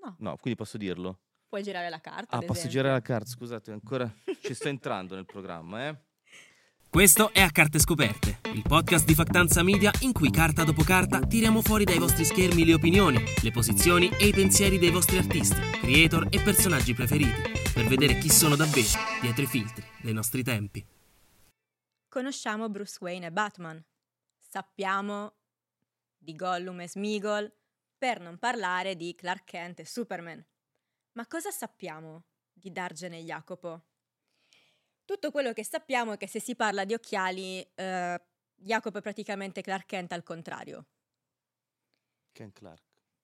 No. No, quindi posso dirlo? Puoi girare la carta, Ah, ad posso esempio. girare la carta, scusate, ancora ci sto entrando nel programma, Questo è A Carte Scoperte, il podcast di Factanza Media in cui carta dopo carta tiriamo fuori dai vostri schermi le opinioni, le posizioni e i pensieri dei vostri artisti, creator e personaggi preferiti, per vedere chi sono davvero dietro i filtri dei nostri tempi. Conosciamo Bruce Wayne e Batman. Sappiamo di Gollum e Smeagol, per non parlare di Clark Kent e Superman. Ma cosa sappiamo di Dargen e Jacopo? Tutto quello che sappiamo è che se si parla di occhiali, Jacopo è praticamente Clark Kent al contrario. Ken Clark.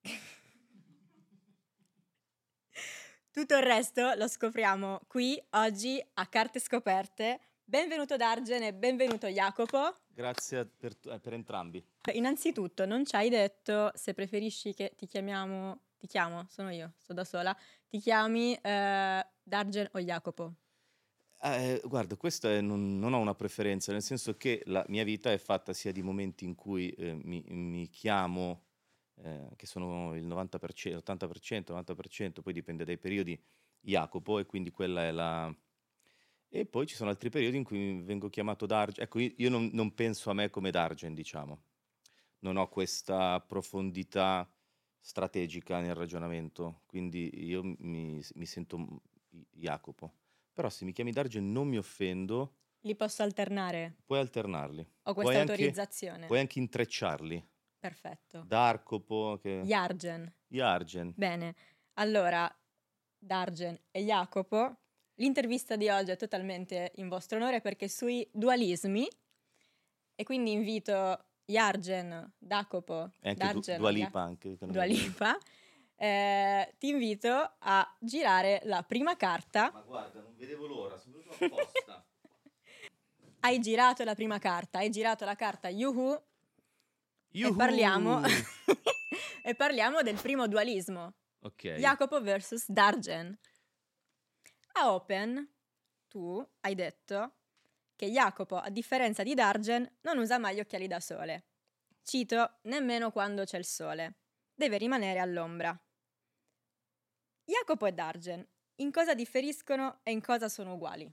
Tutto il resto lo scopriamo qui, oggi, a Carte Scoperte. Benvenuto Dargen e benvenuto Jacopo. Grazie per entrambi. Innanzitutto, non ci hai detto se preferisci che ti chiamo, sono io, sto da sola, ti chiami Dargen o Jacopo? Guarda, non ho una preferenza, nel senso che la mia vita è fatta sia di momenti in cui mi chiamo, che sono il 90%, 80%, 90%, poi dipende dai periodi, Jacopo, e quindi quella è la... E poi ci sono altri periodi in cui vengo chiamato Dargen. Ecco, io non penso a me come Dargen, diciamo. Non ho questa profondità strategica nel ragionamento, quindi io mi sento Jacopo. Però se mi chiami Dargen non mi offendo, Li posso alternare? puoi alternarli. Ho Puoi questa anche- autorizzazione. Puoi anche intrecciarli. Perfetto. Darcopo, Jargen. Jargen. Bene, allora, Dargen e Jacopo, l'intervista di oggi è totalmente in vostro onore perché è sui dualismi e quindi invito Jargen, Jacopo, E anche Dargen, Dua Lipa anche. che non Dua è- Lipa, ti invito a girare la prima carta. Ma guarda, non vedevo l'ora, sono venuto apposta. Hai girato la prima carta, hai girato la carta Yuhu e Yuhu! parliamo, e parliamo del primo dualismo. Ok. Jacopo versus Dargen. A Open, tu hai detto che Jacopo, a differenza di Dargen, non usa mai gli occhiali da sole. Cito, nemmeno quando c'è il sole. Deve rimanere all'ombra. Jacopo e Dargen, in cosa differiscono e in cosa sono uguali?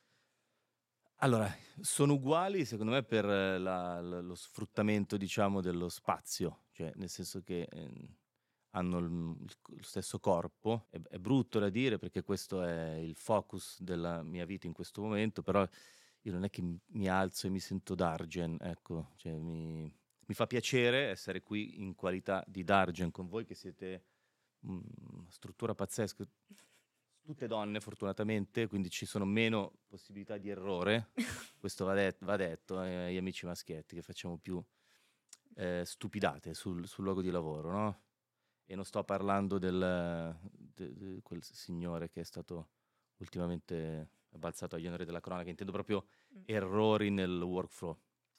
Allora, sono uguali secondo me per lo sfruttamento, diciamo, dello spazio, cioè nel senso che hanno lo stesso corpo. È brutto da dire perché questo è il focus della mia vita in questo momento, però io non è che mi alzo e mi sento Dargen, ecco, cioè mi fa piacere essere qui in qualità di Dargen con voi che siete una struttura pazzesca. Tutte donne fortunatamente, quindi ci sono meno possibilità di errore, questo va detto agli amici maschietti che facciamo più stupidate sul luogo di lavoro, no? E non sto parlando di quel signore che è stato ultimamente balzato agli onori della cronaca, intendo proprio errori nel workflow.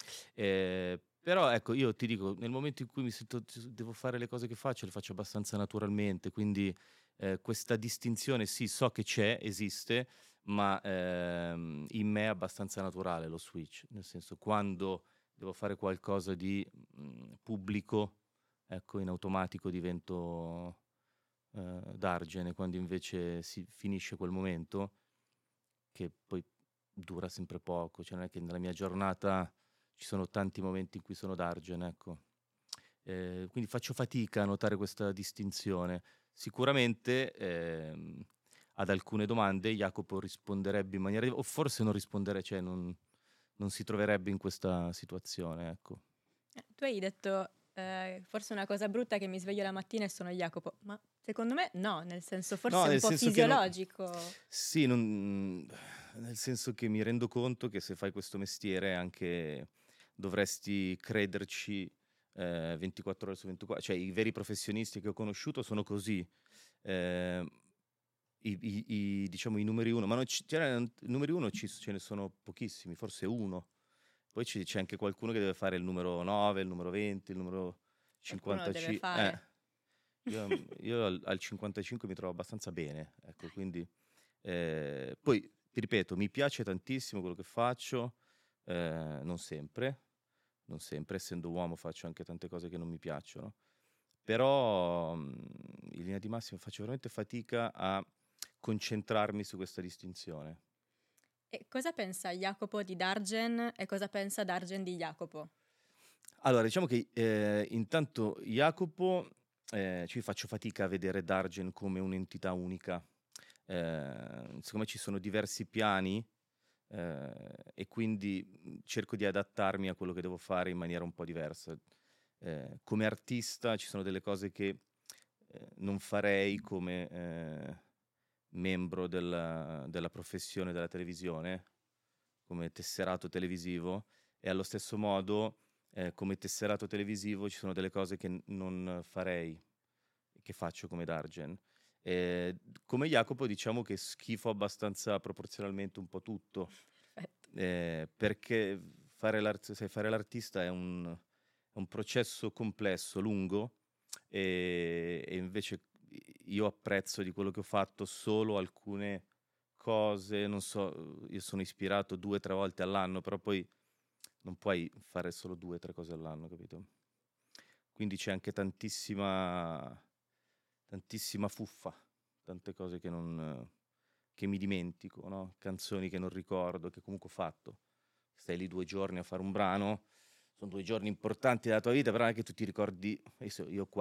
Però ecco, io ti dico, nel momento in cui mi sento devo fare le cose che faccio, le faccio abbastanza naturalmente, quindi questa distinzione sì, so che esiste, ma in me è abbastanza naturale lo switch, nel senso quando devo fare qualcosa di pubblico, ecco, in automatico divento Dargene, quando invece si finisce quel momento, che poi dura sempre poco, cioè non è che nella mia giornata ci sono tanti momenti in cui sono Dargene, ecco. Quindi faccio fatica a notare questa distinzione. Sicuramente ad alcune domande Jacopo risponderebbe in maniera o forse non risponderebbe, cioè non si troverebbe in questa situazione, ecco. Tu hai detto, forse una cosa brutta che mi sveglio la mattina e sono Jacopo, ma secondo me no, nel senso forse No, è un nel po' senso che non- fisiologico. Sì, nel senso che mi rendo conto che se fai questo mestiere anche dovresti crederci 24 ore su 24, cioè i veri professionisti che ho conosciuto sono così. Eh, diciamo i numeri uno, ma i numeri uno ce ne sono pochissimi, forse uno. Poi c'è anche qualcuno che deve fare il numero 9, il numero 20, il numero Qualcuno lo deve 55. fare. Io al 55 mi trovo abbastanza bene, ecco, quindi poi ti ripeto, mi piace tantissimo quello che faccio, non sempre, essendo uomo faccio anche tante cose che non mi piacciono, però in linea di massima faccio veramente fatica a concentrarmi su questa distinzione. E cosa pensa Jacopo di Dargen e cosa pensa Dargen di Jacopo? Allora, diciamo che intanto Jacopo, ci faccio fatica a vedere Dargen come un'entità unica. Secondo me ci sono diversi piani e quindi cerco di adattarmi a quello che devo fare in maniera un po' diversa. Come artista ci sono delle cose che non farei come membro della professione della televisione, come tesserato televisivo, e allo stesso modo come tesserato televisivo ci sono delle cose che non farei, che faccio come Dargen. Come Jacopo diciamo che schifo abbastanza proporzionalmente un po' tutto, perché fare l'artista è un processo complesso, lungo, e invece io apprezzo di quello che ho fatto solo alcune cose, non so, io sono ispirato 2 o 3 volte all'anno, però poi non puoi fare solo 2 o 3 cose all'anno, capito? Quindi c'è anche tantissima fuffa, tante cose che mi dimentico, no? Canzoni che non ricordo, che comunque ho fatto. Stai lì 2 giorni a fare un brano, sono 2 giorni importanti della tua vita, però non è che tu ti ricordi. Io ho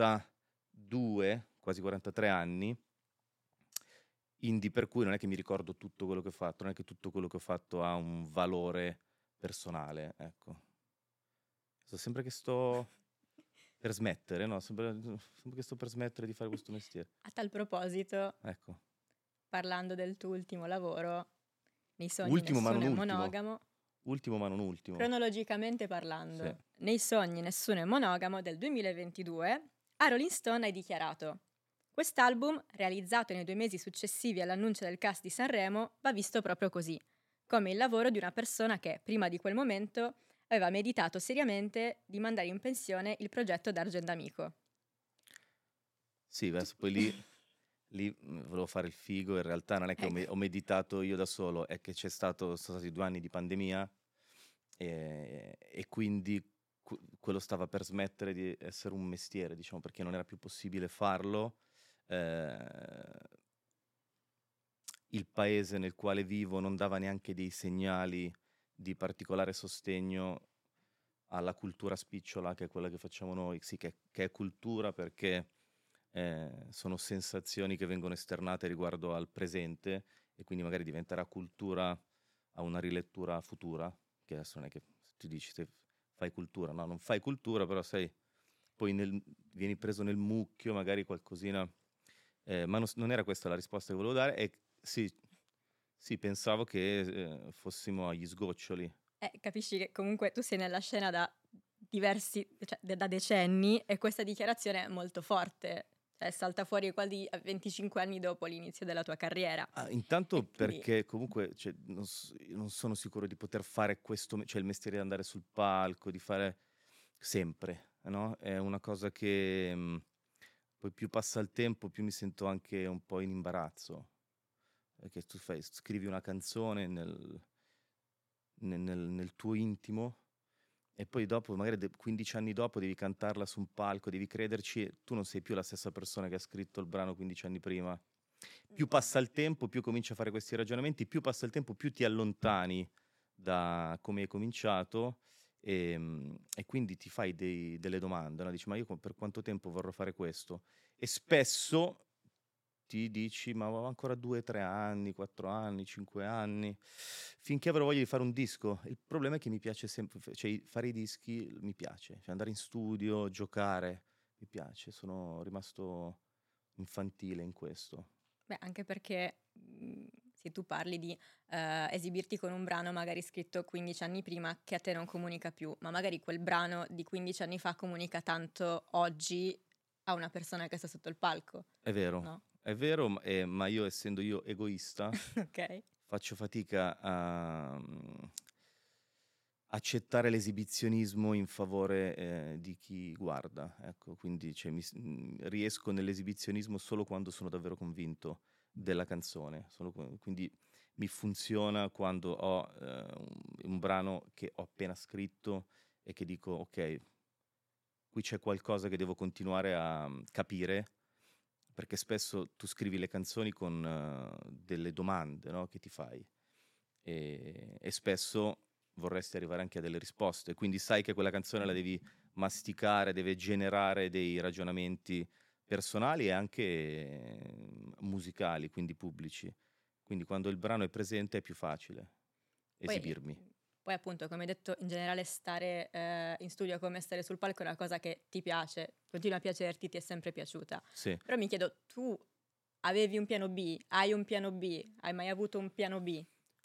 42, quasi 43 anni, per cui non è che mi ricordo tutto quello che ho fatto, non è che tutto quello che ho fatto ha un valore personale, ecco. Sembra che sto per smettere, no? Sembra che sto per smettere di fare questo mestiere. A tal proposito, Ecco. parlando del tuo ultimo lavoro, Nei sogni Ultimo ma nessuno non è ultimo. monogamo, Ultimo ma non ultimo. cronologicamente parlando, Sì. Nei sogni nessuno è monogamo del 2022, a Rolling Stone hai dichiarato: quest'album, realizzato nei 2 mesi successivi all'annuncio del cast di Sanremo, va visto proprio così, come il lavoro di una persona che, prima di quel momento, aveva meditato seriamente di mandare in pensione il progetto Dargen d'Amico. Sì, adesso poi lì volevo fare il figo, in realtà non è che Ecco. ho meditato io da solo, è che sono stati 2 anni di pandemia e quindi quello stava per smettere di essere un mestiere, diciamo, perché non era più possibile farlo. Il paese nel quale vivo non dava neanche dei segnali di particolare sostegno alla cultura spicciola, che è quella che facciamo noi, sì, che è cultura perché sono sensazioni che vengono esternate riguardo al presente e quindi magari diventerà cultura a una rilettura futura, che adesso non è che ti dici se fai cultura, no, non fai cultura, però sai, poi vieni preso nel mucchio, magari qualcosina, ma non era questa la risposta che volevo dare, e sì, pensavo che fossimo agli sgoccioli. Capisci che comunque tu sei nella scena da da decenni e questa dichiarazione è molto forte, cioè salta fuori quasi 25 anni dopo l'inizio della tua carriera. Intanto E quindi- perché comunque non sono sicuro di poter fare questo, cioè il mestiere di andare sul palco, di fare sempre, no? È una cosa che poi più passa il tempo, più mi sento anche un po' in imbarazzo, perché tu scrivi una canzone nel tuo intimo e poi dopo, magari 15 anni dopo, devi cantarla su un palco, devi crederci, e tu non sei più la stessa persona che ha scritto il brano 15 anni prima. Più passa il tempo, più cominci a fare questi ragionamenti, più passa il tempo, più ti allontani da come hai cominciato e quindi ti fai delle domande, no? Dici, ma io per quanto tempo vorrò fare questo? E spesso ti dici, ma ancora 2, 3 anni, 4 anni, 5 anni, finché avrò voglia di fare un disco. Il problema è che mi piace sempre, cioè fare i dischi mi piace, cioè andare in studio, giocare, mi piace, sono rimasto infantile in questo. Beh, anche perché se tu parli di esibirti con un brano magari scritto 15 anni prima che a te non comunica più, ma magari quel brano di 15 anni fa comunica tanto oggi a una persona che sta sotto il palco. È vero, no? è vero, ma io essendo io egoista Ok. faccio fatica a accettare l'esibizionismo in favore di chi guarda, ecco, quindi cioè, riesco nell'esibizionismo solo quando sono davvero convinto della canzone, quindi mi funziona quando ho un brano che ho appena scritto e che dico ok, cui c'è qualcosa che devo continuare a capire, perché spesso tu scrivi le canzoni con delle domande, no, che ti fai e spesso vorresti arrivare anche a delle risposte, quindi sai che quella canzone la devi masticare, deve generare dei ragionamenti personali e anche musicali, quindi pubblici. Quindi quando il brano è presente è più facile esibirmi. Poi appunto, come hai detto, in generale stare in studio come stare sul palco è una cosa che ti piace, continua a piacerti, ti è sempre piaciuta. Sì. Però mi chiedo, tu avevi un piano B? Hai un piano B? Hai mai avuto un piano B?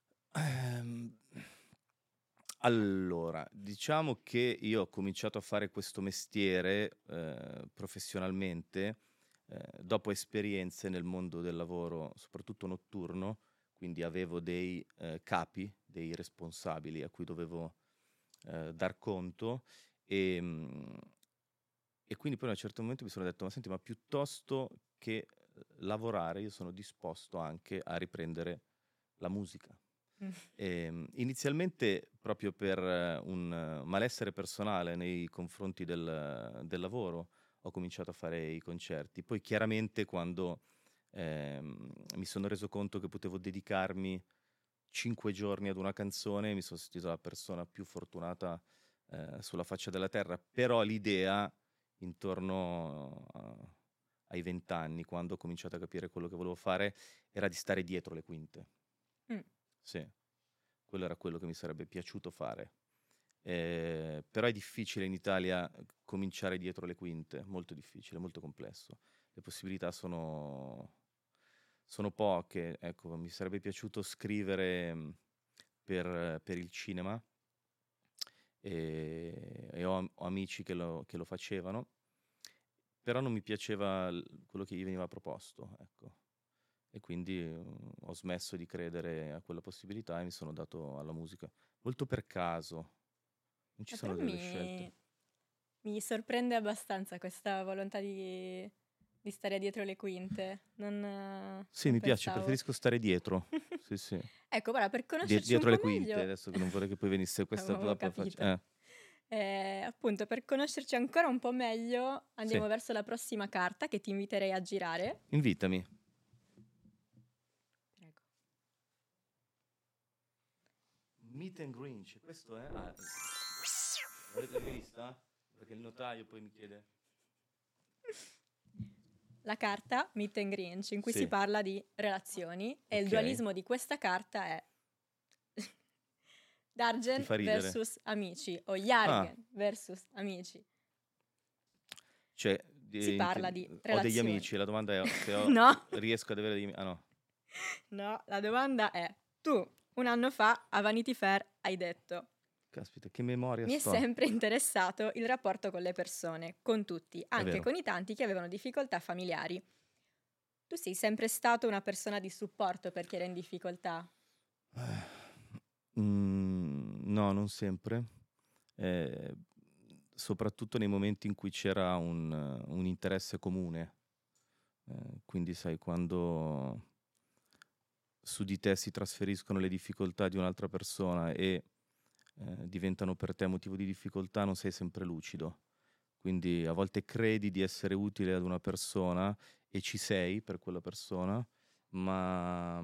Allora, diciamo che io ho cominciato a fare questo mestiere professionalmente dopo esperienze nel mondo del lavoro, soprattutto notturno, quindi avevo dei capi, dei responsabili a cui dovevo dar conto e quindi poi a un certo momento mi sono detto, ma senti, ma piuttosto che lavorare io sono disposto anche a riprendere la musica. Inizialmente proprio per un malessere personale nei confronti del lavoro ho cominciato a fare i concerti. Poi chiaramente quando mi sono reso conto che potevo dedicarmi 5 giorni ad una canzone mi sono sentito la persona più fortunata sulla faccia della terra. Però l'idea intorno ai 20 anni, quando ho cominciato a capire quello che volevo fare, era di stare dietro le quinte. Sì, quello era quello che mi sarebbe piaciuto fare. Però è difficile in Italia cominciare dietro le quinte, molto difficile, molto complesso. Le possibilità sono poche. Ecco, mi sarebbe piaciuto scrivere per il cinema e ho amici che lo facevano, però non mi piaceva quello che gli veniva proposto, ecco. E quindi ho smesso di credere a quella possibilità e mi sono dato alla musica molto per caso. Non ci sono delle scelte. Mi sorprende abbastanza questa volontà di stare dietro le quinte. Sì, mi piace, preferisco stare dietro. Sì, sì. Ecco, guarda, per conoscerci dietro un le po' quinte, meglio... adesso che non vorrei che poi venisse questa... Avevo capito. Appunto, per conoscerci ancora un po' meglio, andiamo verso la prossima carta che ti inviterei a girare. Invitami. Prego. Meet and Grinch, questo è... L'avete vista? Perché il notaio poi mi chiede... La carta Meet and Grinch, in cui si parla di relazioni, e il dualismo di questa carta è Dargen versus amici, o Jargen versus amici. Cioè, si parla di relazioni. Ho degli amici, la domanda è se no. riesco ad avere degli amici. Ah no. No, la domanda è, tu un anno fa a Vanity Fair hai detto: caspita, che memoria mi è sempre interessato il rapporto con le persone, con tutti, anche con i tanti che avevano difficoltà familiari. Tu sei sempre stato una persona di supporto per chi era in difficoltà? No, non sempre. Soprattutto nei momenti in cui c'era un interesse comune. Quindi sai, quando su di te si trasferiscono le difficoltà di un'altra persona e diventano per te motivo di difficoltà, non sei sempre lucido. Quindi a volte credi di essere utile ad una persona e ci sei per quella persona, ma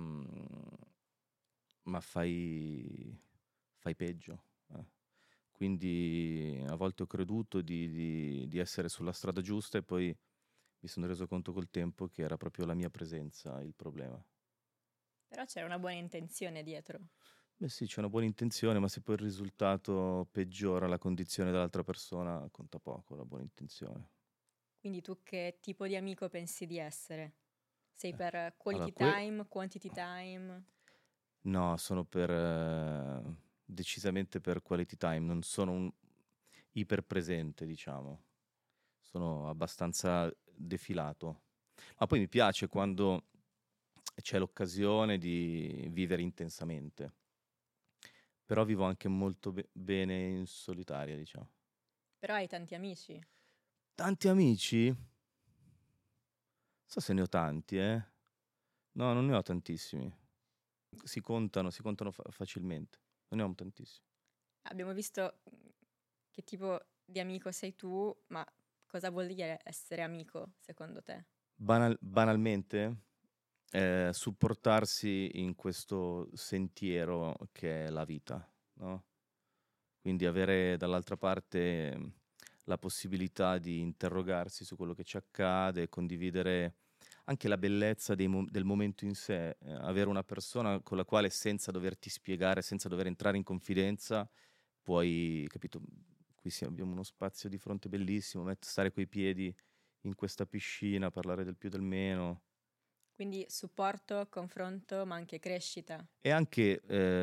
fai peggio. Quindi a volte ho creduto di essere sulla strada giusta e poi mi sono reso conto col tempo che era proprio la mia presenza il problema. Però c'era una buona intenzione dietro. Beh sì, c'è una buona intenzione, ma se poi il risultato peggiora la condizione dell'altra persona, conta poco la buona intenzione. Quindi tu che tipo di amico pensi di essere? Sei per quality time, quantity time? No, sono decisamente per quality time, non sono un iperpresente, diciamo. Sono abbastanza defilato. Ma poi mi piace quando c'è l'occasione di vivere intensamente. Però vivo anche molto bene in solitaria, diciamo. Però hai tanti amici? Tanti amici? Non so se ne ho tanti, No, non ne ho tantissimi. Si contano facilmente. Non ne ho tantissimi. Abbiamo visto che tipo di amico sei tu, ma cosa vuol dire essere amico, secondo te? Banalmente, supportarsi in questo sentiero che è la vita, no? Quindi avere dall'altra parte la possibilità di interrogarsi su quello che ci accade, condividere anche la bellezza del momento in sé, avere una persona con la quale senza doverti spiegare, senza dover entrare in confidenza, puoi, capito, qui abbiamo uno spazio di fronte bellissimo, stare coi piedi in questa piscina, parlare del più del meno. Quindi supporto, confronto, ma anche crescita. E anche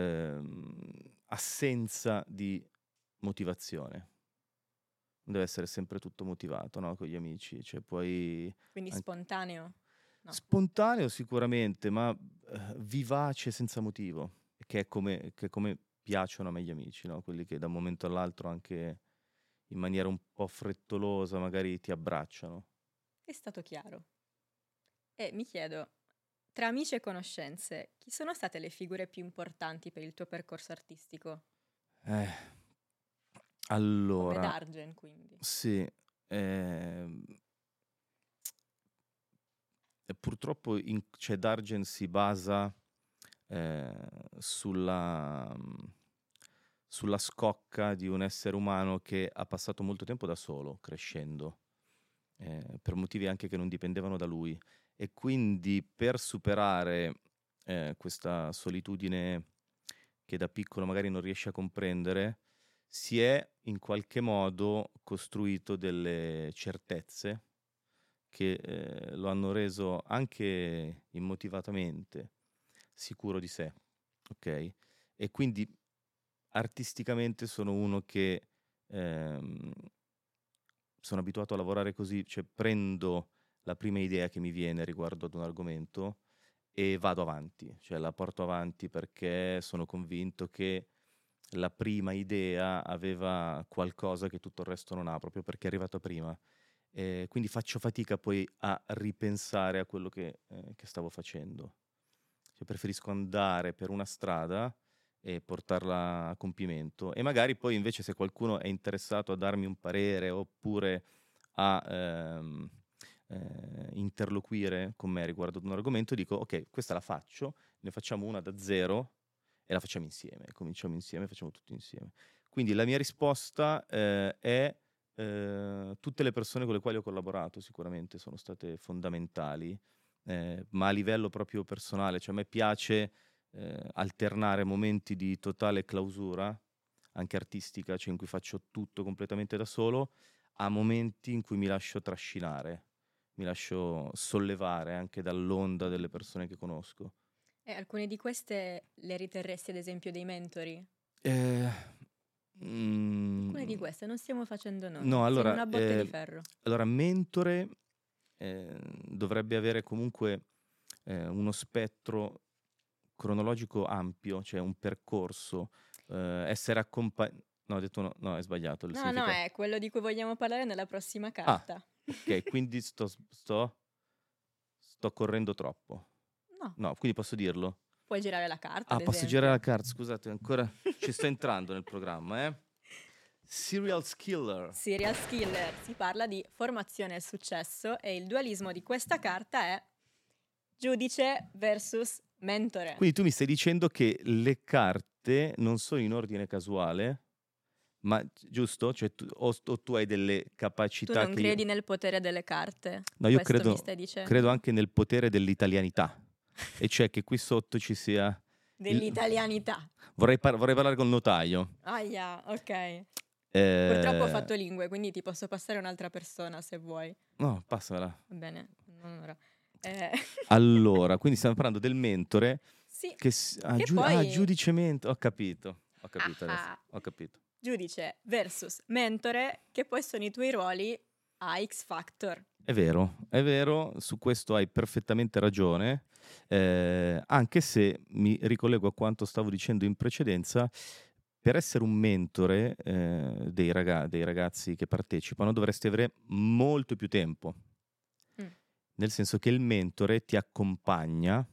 assenza di motivazione. Non deve essere sempre tutto motivato, no? Con gli amici, cioè poi... Quindi spontaneo? No. Spontaneo sicuramente, ma vivace senza motivo, che è come piacciono a me gli amici, no? Quelli che da un momento all'altro anche in maniera un po' frettolosa magari ti abbracciano. È stato chiaro. E mi chiedo, tra amici e conoscenze, chi sono state le figure più importanti per il tuo percorso artistico? Allora... Come Dargen, quindi. Sì. Purtroppo Dargen si basa sulla scocca di un essere umano che ha passato molto tempo da solo, crescendo, per motivi anche che non dipendevano da lui. E quindi per superare questa solitudine che da piccolo magari non riesce a comprendere, si è in qualche modo costruito delle certezze che lo hanno reso anche immotivatamente sicuro di sé, ok? E quindi artisticamente sono uno che sono abituato a lavorare così, cioè prendo la prima idea che mi viene riguardo ad un argomento e vado avanti, cioè la porto avanti perché sono convinto che la prima idea aveva qualcosa che tutto il resto non ha, proprio perché è arrivata prima. Quindi faccio fatica poi a ripensare a quello che stavo facendo. Cioè, preferisco andare per una strada e portarla a compimento. E magari poi invece se qualcuno è interessato a darmi un parere oppure a interloquire con me riguardo ad un argomento, dico ok, questa la faccio, ne facciamo una da zero e la facciamo insieme, cominciamo insieme, facciamo tutto insieme. Quindi la mia risposta è tutte le persone con le quali ho collaborato sicuramente sono state fondamentali, ma a livello proprio personale, cioè a me piace alternare momenti di totale clausura, anche artistica, cioè in cui faccio tutto completamente da solo, a momenti in cui mi lascio trascinare, mi lascio sollevare anche dall'onda delle persone che conosco. E alcune di queste le riterresti ad esempio dei mentori? Alcune di queste non stiamo facendo noi. No, allora, una botte di ferro. Allora, mentore dovrebbe avere comunque uno spettro cronologico ampio, cioè un percorso, essere accompagnato. No, ho detto no, è sbagliato. No, è quello di cui vogliamo parlare nella prossima carta. Ok, quindi sto correndo troppo. No, quindi posso dirlo? Puoi girare la carta, posso girare la carta, scusate, ancora ci sto entrando nel programma, Serial Skiller. Serial Skiller, si parla di formazione e successo e il dualismo di questa carta è giudice versus mentore. Quindi tu mi stai dicendo che le carte non sono in ordine casuale, ma giusto? Cioè, o tu hai delle capacità. Tu non credi nel potere delle carte? No, io credo anche nel potere dell'italianità. E cioè che qui sotto ci sia dell'italianità. Vorrei parlare col notaio. Ok. Purtroppo ho fatto lingue, quindi ti posso passare un'altra persona se vuoi. No, passamela. Va bene, non ora. Allora, quindi stiamo parlando del mentore. Sì. Che poi... giudice mentore. Ho capito adesso. Ho capito. Giudice versus mentore, che poi sono i tuoi ruoli a X Factor. È vero, su questo hai perfettamente ragione, anche se mi ricollego a quanto stavo dicendo in precedenza, per essere un mentore dei ragazzi che partecipano dovresti avere molto più tempo, nel senso che il mentore ti accompagna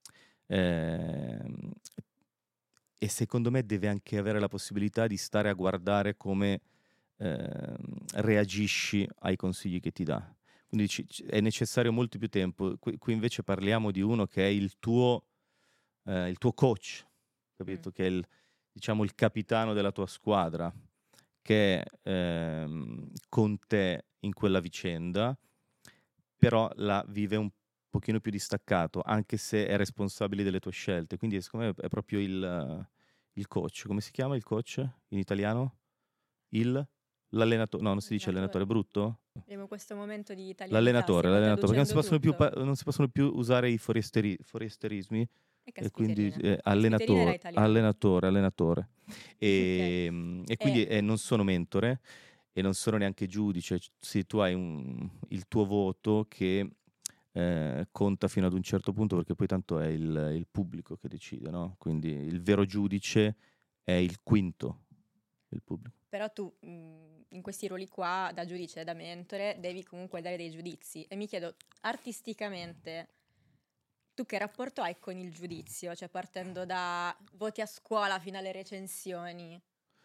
e secondo me deve anche avere la possibilità di stare a guardare come reagisci ai consigli che ti dà. Quindi è necessario molto più tempo. Qui invece parliamo di uno che è il tuo coach, capito? Che è diciamo il capitano della tua squadra, che è con te in quella vicenda, però la vive un pochino più distaccato, anche se è responsabile delle tue scelte. Quindi secondo me è proprio il coach. Come si chiama il coach in italiano? L'allenatore. No, non si dice allenatore, è brutto? Abbiamo questo momento di italianità. L'allenatore, perché non si possono più usare i foresterismi. E quindi allenatore. E quindi non sono mentore e non sono neanche giudice. Sì, tu hai il tuo voto che conta fino ad un certo punto, perché poi tanto è il pubblico che decide, no? Quindi il vero giudice è il quinto, il pubblico. Però tu in questi ruoli qua, da giudice e da mentore, devi comunque dare dei giudizi. E mi chiedo, artisticamente, tu che rapporto hai con il giudizio? Cioè, partendo da voti a scuola fino alle recensioni?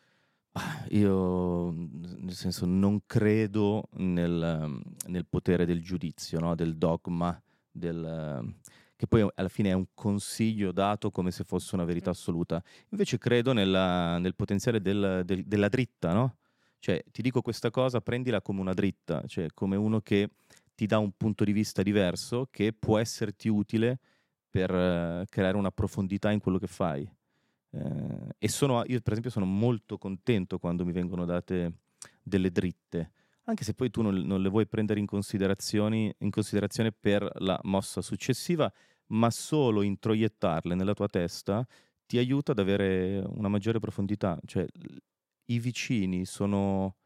Io, nel senso, non credo nel potere del giudizio, no? Del dogma, che poi alla fine è un consiglio dato come se fosse una verità assoluta. Invece credo nel potenziale della dritta, no? Cioè, ti dico questa cosa, prendila come una dritta, cioè come uno che ti dà un punto di vista diverso che può esserti utile per creare una profondità in quello che fai. E io per esempio sono molto contento quando mi vengono date delle dritte, anche se poi tu non le vuoi prendere in considerazione per la mossa successiva, ma solo introiettarle nella tua testa ti aiuta ad avere una maggiore profondità. Cioè, i vicini sono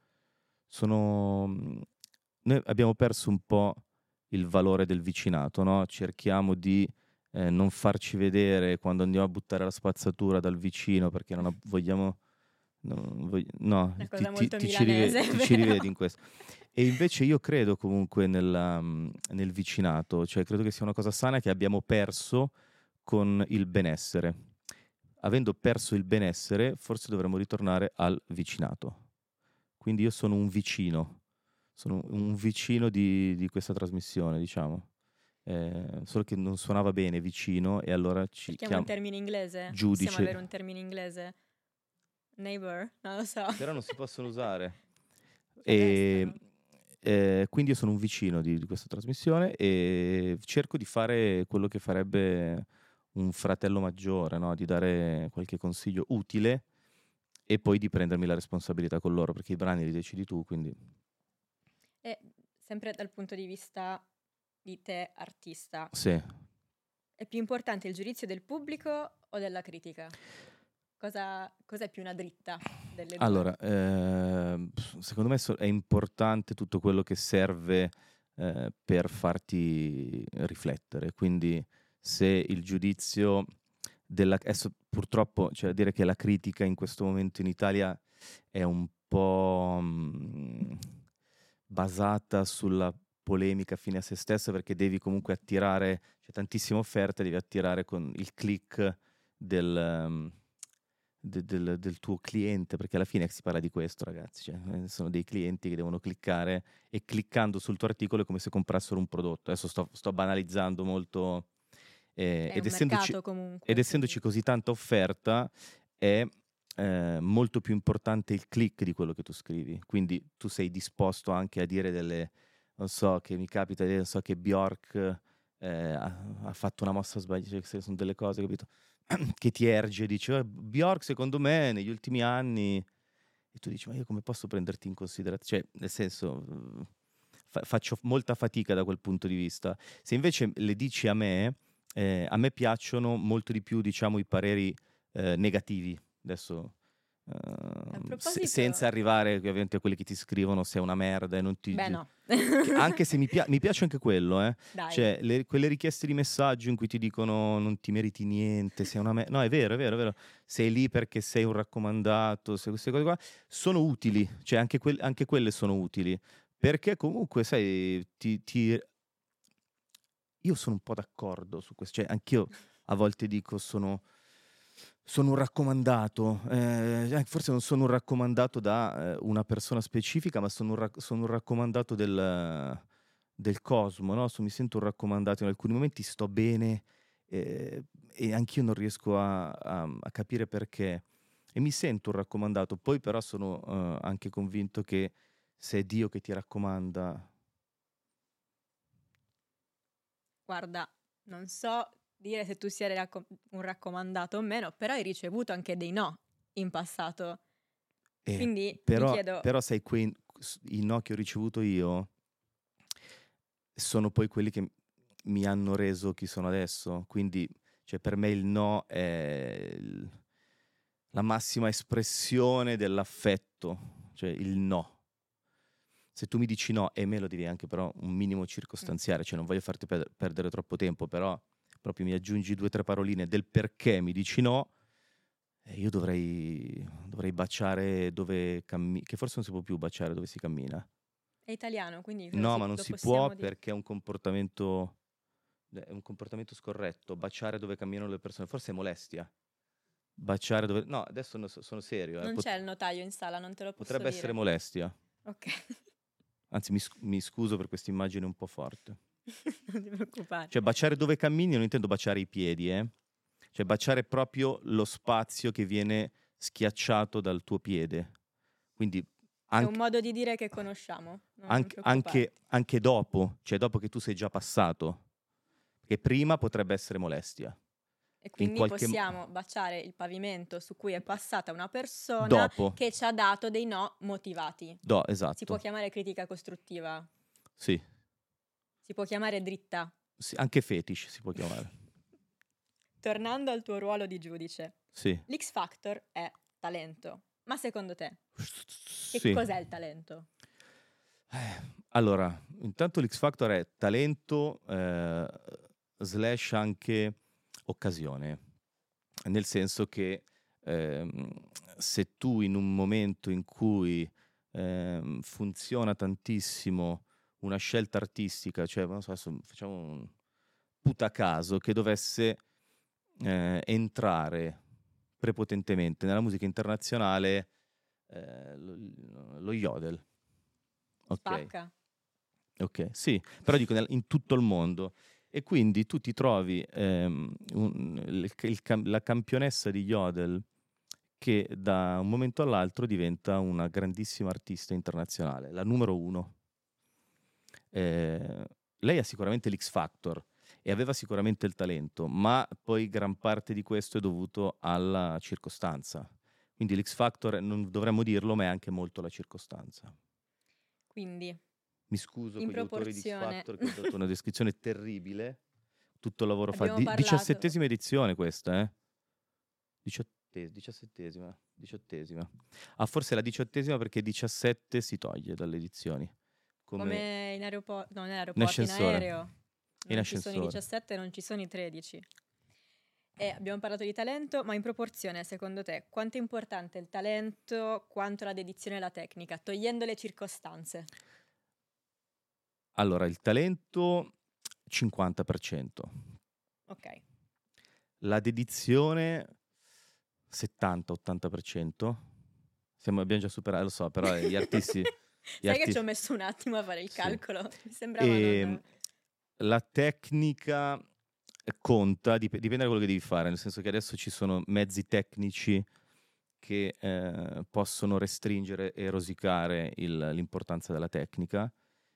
noi abbiamo perso un po' il valore del vicinato, no? Cerchiamo di non farci vedere quando andiamo a buttare la spazzatura dal vicino, perché vogliamo... No, ti ci rivedi in questo. E invece io credo comunque nel vicinato, cioè credo che sia una cosa sana che abbiamo perso con il benessere. Avendo perso il benessere, forse dovremmo ritornare al vicinato. Quindi io sono un vicino di questa trasmissione, diciamo. Solo che non suonava bene vicino, e allora ci chiama un termine inglese? Giudice. Possiamo avere un termine inglese? Neighbor? Non lo so. Però non si possono usare. Quindi io sono un vicino di questa trasmissione e cerco di fare quello che farebbe un fratello maggiore, no? Di dare qualche consiglio utile e poi di prendermi la responsabilità con loro, perché i brani li decidi tu, quindi... E sempre dal punto di vista di te artista, sì, è più importante il giudizio del pubblico o della critica? Cosa è più una dritta delle due? Allora, secondo me è importante tutto quello che serve per farti riflettere. Quindi se il giudizio adesso purtroppo c'è da dire che la critica in questo momento in Italia è un po' basata sulla polemica fine a se stessa, perché devi comunque attirare, c'è tantissima offerta, devi attirare con il click del tuo cliente, perché alla fine si parla di questo, ragazzi, cioè, sono dei clienti che devono cliccare, e cliccando sul tuo articolo è come se comprassero un prodotto. Adesso sto banalizzando molto, ed essendoci così tanta offerta è molto più importante il click di quello che tu scrivi. Quindi tu sei disposto anche a dire non so, che mi capita, non so, che Bjork ha fatto una mossa sbagliata, cioè, sono delle cose, capito? Che ti erge e dice Bjork secondo me negli ultimi anni, e tu dici ma io come posso prenderti in considerazione? Cioè, nel senso, faccio molta fatica da quel punto di vista. Se invece le dici a me piacciono molto di più, diciamo, i pareri negativi. Adesso senza arrivare ovviamente a quelli che ti scrivono sei una merda e non ti... Beh, no. Anche se mi piace anche quello, cioè quelle richieste di messaggio in cui ti dicono non ti meriti niente, sei una merda. No, è vero, sei lì perché sei un raccomandato, queste cose qua sono utili, cioè anche quelle sono utili, perché comunque sai, io sono un po' d'accordo su questo, cioè anch'io a volte dico Sono un raccomandato, forse non sono un raccomandato da una persona specifica, ma sono un raccomandato del cosmo, no? Mi sento un raccomandato, in alcuni momenti sto bene e anch'io non riesco a capire perché. E mi sento un raccomandato, poi però sono anche convinto che se è Dio che ti raccomanda... Guarda, non so dire se tu sia un raccomandato o meno, però hai ricevuto anche dei no in passato. Quindi mi chiedo... Però sai, i no che ho ricevuto io sono poi quelli che mi hanno reso chi sono adesso. Quindi, cioè, per me il no è la massima espressione dell'affetto, cioè il no. Se tu mi dici no, e me lo devi anche però un minimo circostanziare, cioè non voglio farti perdere troppo tempo, però proprio mi aggiungi 2 o 3 paroline del perché mi dici no, e io dovrei baciare dove cammina, che forse non si può più baciare dove si cammina. È italiano, quindi... No, ma non si può perché è un comportamento scorretto, baciare dove camminano le persone, forse è molestia. Baciare dove... No, adesso sono serio. Non c'è il notaio in sala, non te lo posso Potrebbe dire. essere molestia. Ok. Anzi, mi scuso per questa immagine un po' forte. Non ti preoccupare. Cioè, baciare dove cammini non intendo baciare i piedi, Cioè, baciare proprio lo spazio che viene schiacciato dal tuo piede. Quindi... È un modo di dire che conosciamo. Anche dopo, cioè dopo che tu sei già passato. Che prima potrebbe essere molestia. E quindi possiamo baciare il pavimento su cui è passata una persona dopo. Che ci ha dato dei no motivati. Esatto. Si può chiamare critica costruttiva? Sì. Si può chiamare dritta? Sì, anche fetish si può chiamare. Tornando al tuo ruolo di giudice. Sì. L'X Factor è talento. Ma secondo te? Sì. Che cos'è il talento? Allora, intanto l'X Factor è talento / anche occasione, nel senso che se tu in un momento in cui funziona tantissimo una scelta artistica, cioè non so, adesso facciamo un putacaso che dovesse entrare prepotentemente nella musica internazionale, lo yodel. Spacca. Ok, sì, però dico in tutto il mondo. E quindi tu ti trovi la campionessa di yodel che da un momento all'altro diventa una grandissima artista internazionale, la numero 1. Lei ha sicuramente l'X Factor e aveva sicuramente il talento, ma poi gran parte di questo è dovuto alla circostanza. Quindi l'X Factor, non dovremmo dirlo, ma è anche molto la circostanza. Quindi, mi scuso con gli autori di X Factor che ho dato una descrizione terribile. Tutto il lavoro fa. 17ª edizione questa, 18ª. Ah, forse è la 18ª perché 17 si toglie dalle edizioni. Come in aeroporto, no, in aeroporto, in aereo. Non ci sono i 17, non ci sono i 13. E abbiamo parlato di talento, ma in proporzione, secondo te, quanto è importante il talento, quanto la dedizione e la tecnica, togliendo le circostanze? Allora, il talento 50%. Ok. La dedizione 70-80%. Abbiamo già superato, lo so, però gli artisti... Sai che ci ho messo un attimo a fare il calcolo? Mi sembrava La tecnica conta, dipende da quello che devi fare, nel senso che adesso ci sono mezzi tecnici che possono restringere e rosicare l'importanza della tecnica.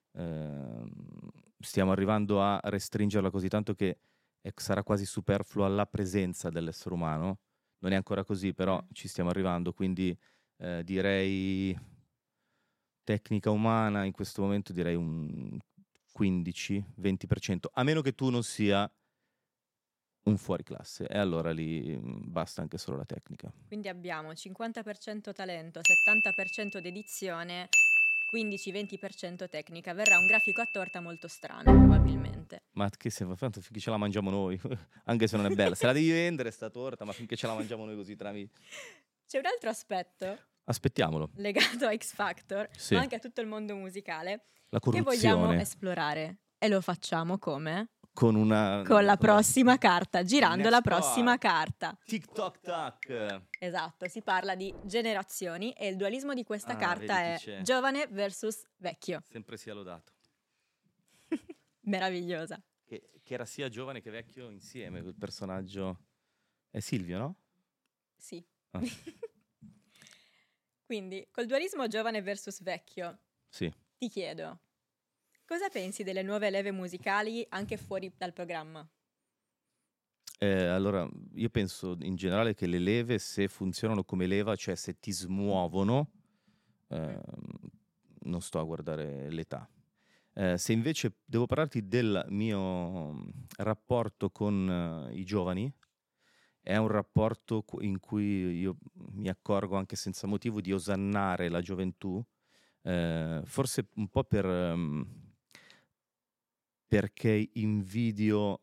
Stiamo arrivando a restringerla così tanto che sarà quasi superflua la presenza dell'essere umano. Non è ancora così, però ci stiamo arrivando, quindi direi tecnica umana in questo momento direi un 15-20%, a meno che tu non sia un fuoriclasse, e allora lì basta anche solo la tecnica. Quindi abbiamo 50% talento, 70% dedizione, 15-20% tecnica. Verrà un grafico a torta molto strano, probabilmente. Ma che se tanto finché ce la mangiamo noi, anche se non è bella. Se la devi vendere sta torta, ma finché ce la mangiamo noi così C'è un altro aspetto. Aspettiamolo. Legato a X Factor, sì, ma anche a tutto il mondo musicale. La corruzione. Che vogliamo esplorare. E lo facciamo come? Con la prossima carta, girando la prossima carta. TikTok tac. Esatto, si parla di generazioni e il dualismo di questa carta è giovane versus vecchio. Sempre sia lodato. Meravigliosa. Che era sia giovane che vecchio insieme, quel personaggio. È Silvio, no? Sì. Quindi, col dualismo giovane versus vecchio, sì. Ti chiedo, cosa pensi delle nuove leve musicali anche fuori dal programma? Allora, io penso in generale che le leve, se funzionano come leva, cioè se ti smuovono, non sto a guardare l'età. Se invece devo parlarti del mio rapporto con i giovani, è un rapporto in cui io mi accorgo anche senza motivo di osannare la gioventù, forse un po' perché invidio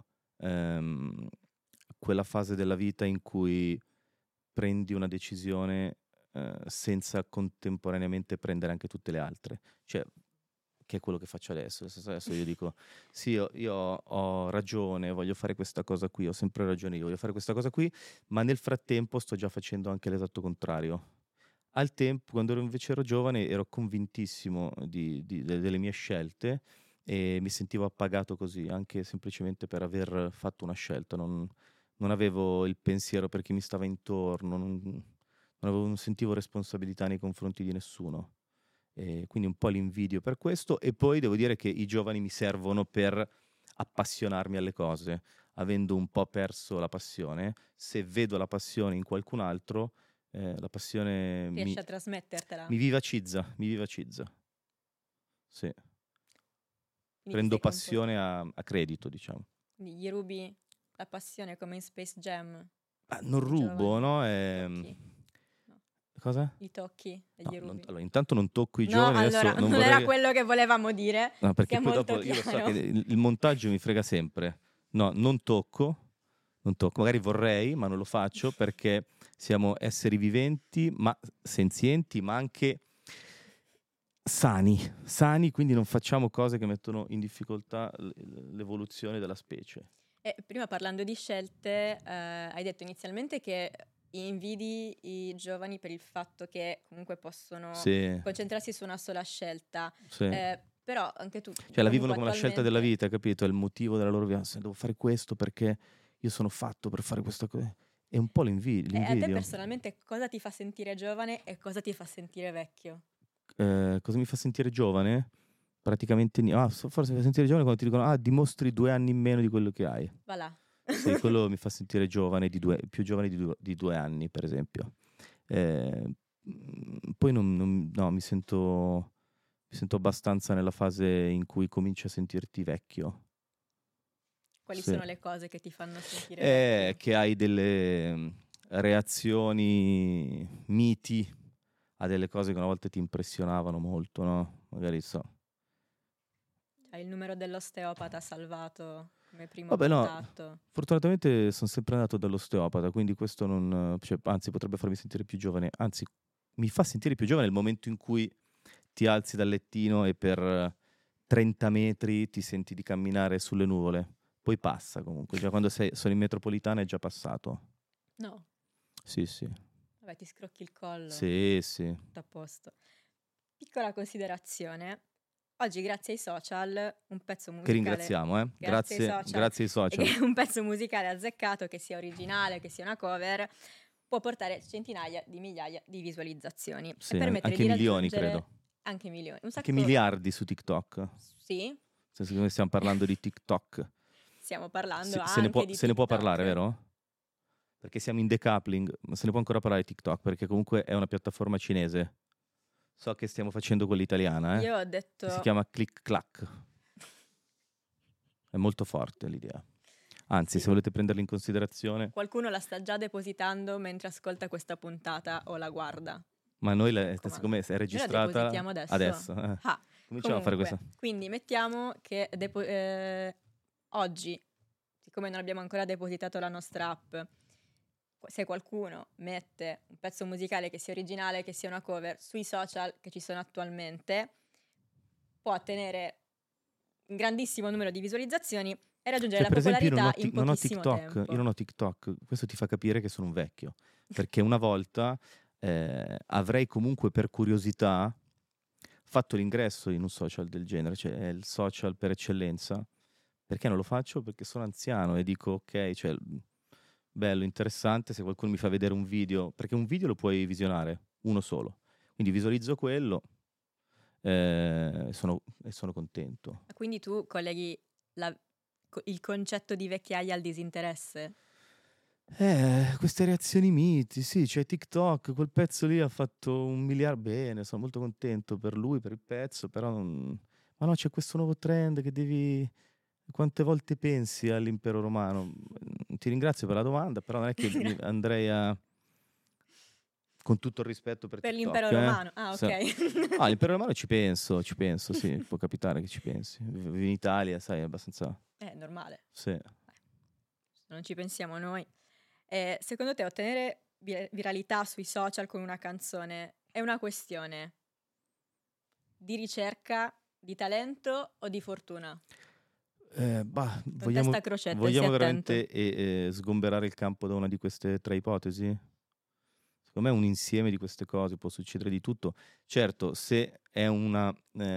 quella fase della vita in cui prendi una decisione senza contemporaneamente prendere anche tutte le altre, cioè che è quello che faccio adesso. Adesso io dico sì, io ho ragione, voglio fare questa cosa qui, ho sempre ragione io, voglio fare questa cosa qui, ma nel frattempo sto già facendo anche l'esatto contrario. Al tempo, quando invece ero giovane, ero convintissimo delle mie scelte e mi sentivo appagato così, anche semplicemente per aver fatto una scelta. Non avevo il pensiero per chi mi stava intorno, non sentivo responsabilità nei confronti di nessuno. E quindi un po' l'invidio per questo, e poi devo dire che i giovani mi servono per appassionarmi alle cose. Avendo un po' perso la passione, se vedo la passione in qualcun altro, la passione riesce a trasmettertela. Mi vivacizza. Sì. Quindi prendo passione a credito, diciamo. Quindi gli rubi la passione come in Space Jam? Non rubo, no? Cosa? I tocchi e gli rubi. Allora, intanto non tocco i giovani. Allora, adesso non era quello che volevamo dire. No, perché poi dopo chiaro. io lo so che il montaggio mi frega sempre. No, non tocco. Magari vorrei, ma non lo faccio perché siamo esseri viventi, ma senzienti, ma anche sani, quindi non facciamo cose che mettono in difficoltà l'evoluzione della specie. Prima parlando di scelte, hai detto inizialmente che invidi i giovani per il fatto che comunque possono concentrarsi su una sola scelta. Sì. Però anche tu... Cioè la vivono come una scelta della vita, capito? È il motivo della loro vita. Devo fare questo perché io sono fatto per fare questa cosa. È un po' l'invidio. A te personalmente cosa ti fa sentire giovane e cosa ti fa sentire vecchio? Cosa mi fa sentire giovane? Praticamente forse mi fa sentire giovane quando ti dicono dimostri 2 anni in meno di quello che hai. Va là. Sì, quello mi fa sentire giovane, più giovane di 2 anni, per esempio. Poi mi sento abbastanza nella fase in cui cominci a sentirti vecchio. Quali sono le cose che ti fanno sentire vecchio? Che hai delle reazioni miti a delle cose che una volta ti impressionavano molto, no? Magari il numero dell'osteopata salvato come primo contatto. No, fortunatamente sono sempre andato dall'osteopata, quindi questo anzi potrebbe farmi sentire più giovane, anzi mi fa sentire più giovane il momento in cui ti alzi dal lettino e per 30 metri ti senti di camminare sulle nuvole, poi passa comunque, già quando sono in metropolitana è già passato. No. Sì. Vabbè, ti scrocchi il collo. Sì. Tutto a posto. Piccola considerazione. Oggi, grazie ai social, un pezzo musicale... Che ringraziamo, Grazie ai social. Un pezzo musicale azzeccato, che sia originale, che sia una cover, può portare centinaia di migliaia di visualizzazioni. Sì, e permettere anche di milioni, credo. Anche milioni. Anche miliardi su TikTok. Sì. Siccome stiamo parlando di TikTok. Stiamo parlando se ne può parlare, vero? Perché siamo in decoupling, ma se ne può ancora parlare di TikTok, perché comunque è una piattaforma cinese. So che stiamo facendo quella italiana, Io ho detto... che si chiama Click Clack. È molto forte l'idea. Anzi, se volete prenderla in considerazione... Qualcuno la sta già depositando mentre ascolta questa puntata o la guarda. Ma noi, siccome è registrata... Noi la adesso. Cominciamo a fare questa. Quindi mettiamo che oggi, siccome non abbiamo ancora depositato la nostra app, se qualcuno mette un pezzo musicale che sia originale, che sia una cover, sui social che ci sono attualmente, può ottenere un grandissimo numero di visualizzazioni E raggiungere Cioè, la per esempio, popolarità in non ho pochissimo TikTok, tempo. io non ho TikTok, questo ti fa capire che sono un vecchio, perché una volta avrei comunque per curiosità fatto l'ingresso in un social del genere, cioè è il social per eccellenza. Perché non lo faccio? Perché sono anziano e dico ok, cioè, bello, interessante se qualcuno mi fa vedere un video, perché un video lo puoi visionare, uno solo. Quindi visualizzo quello e sono contento. Quindi tu colleghi il concetto di vecchiaia al disinteresse? Queste reazioni miti, sì, cioè TikTok, quel pezzo lì ha fatto 1 miliardo, bene, sono molto contento per lui, per il pezzo, però ma no, c'è questo nuovo trend che devi... Quante volte pensi all'impero romano? Ti ringrazio per la domanda, però non è che andrei a... Con tutto il rispetto per Per TikTok, l'impero romano? Ah, ok. l'impero romano ci penso, sì, può capitare che ci pensi. Vivi in Italia, sai, è abbastanza... È normale. Sì. Non ci pensiamo noi. Secondo te ottenere viralità sui social con una canzone è una questione di ricerca, di talento o di fortuna? Vogliamo testa crocetta, sii vogliamo attento. veramente sgomberare il campo da una di queste tre ipotesi? Secondo me un insieme di queste cose, può succedere di tutto. Certo, se è una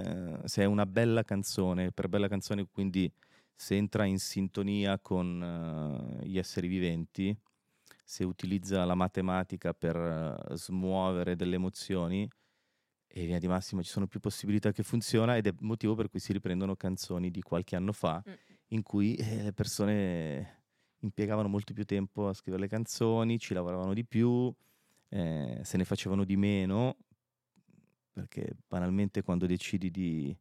bella canzone, per bella canzone quindi se entra in sintonia con gli esseri viventi, se utilizza la matematica per smuovere delle emozioni, e in linea di massima ci sono più possibilità che funziona, ed è il motivo per cui si riprendono canzoni di qualche anno fa in cui le persone impiegavano molto più tempo a scrivere le canzoni, ci lavoravano di più, se ne facevano di meno, perché banalmente quando decidi di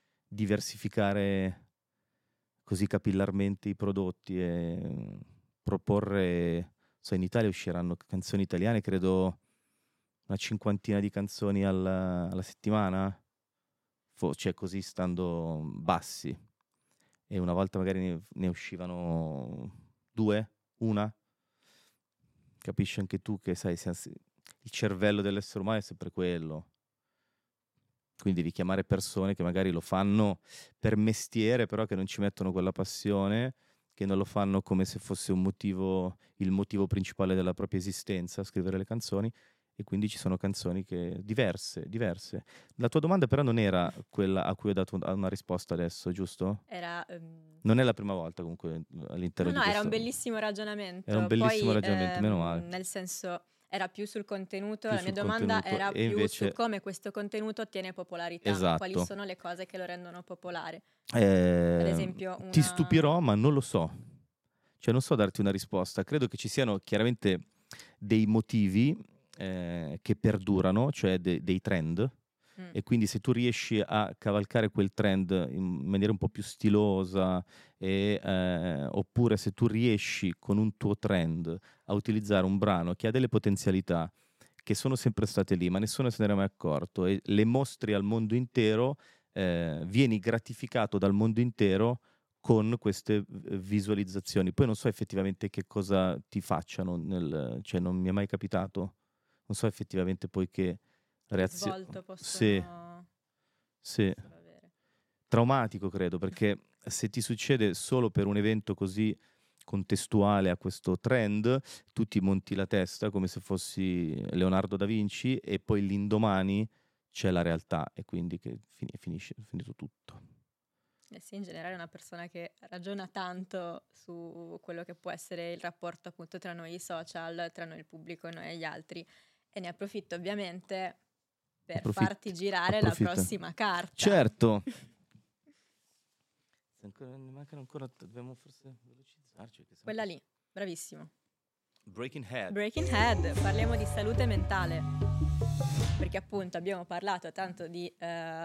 diversificare così capillarmente i prodotti e proporre, in Italia usciranno canzoni italiane, credo una 50ina di canzoni alla settimana, cioè così stando bassi, e una volta magari ne uscivano 2, una. Capisci anche tu che, sai, il cervello dell'essere umano è sempre quello. Quindi devi chiamare persone che magari lo fanno per mestiere, però che non ci mettono quella passione, che non lo fanno come se fosse il motivo principale della propria esistenza, scrivere le canzoni, e quindi ci sono canzoni diverse. La tua domanda però non era quella a cui ho dato una risposta adesso, giusto? Era... Non è la prima volta comunque all'interno di questo... era un bellissimo ragionamento. Era un bellissimo ragionamento, meno male. Nel senso, era più sul contenuto, Più la mia sul domanda contenuto, era e più invece... su come questo contenuto ottiene popolarità, Esatto. quali sono le cose che lo rendono popolare. Ad esempio ti stupirò, ma non lo so. Cioè non so darti una risposta. Credo che ci siano chiaramente dei motivi che perdurano, cioè dei trend, e quindi se tu riesci a cavalcare quel trend in maniera un po' più stilosa, oppure se tu riesci con un tuo trend a utilizzare un brano che ha delle potenzialità che sono sempre state lì, ma nessuno se ne era mai accorto, e le mostri al mondo intero, vieni gratificato dal mondo intero con queste visualizzazioni. Poi non so effettivamente che cosa ti facciano, cioè non mi è mai capitato. Non so effettivamente poi che reazione... svolto possono avere. Traumatico, credo, perché se ti succede solo per un evento così contestuale a questo trend, tu ti monti la testa come se fossi Leonardo da Vinci, e poi l'indomani c'è la realtà, e quindi che è finito tutto. Sì, in generale è una persona che ragiona tanto su quello che può essere il rapporto appunto tra noi e i social, tra noi il pubblico e noi e gli altri, e ne approfitto ovviamente per farti girare la prossima carta. Certo! Ne mancano ancora, dobbiamo forse velocizzarci. Quella lì, bravissimo. Breaking Head, parliamo di salute mentale, perché appunto abbiamo parlato tanto di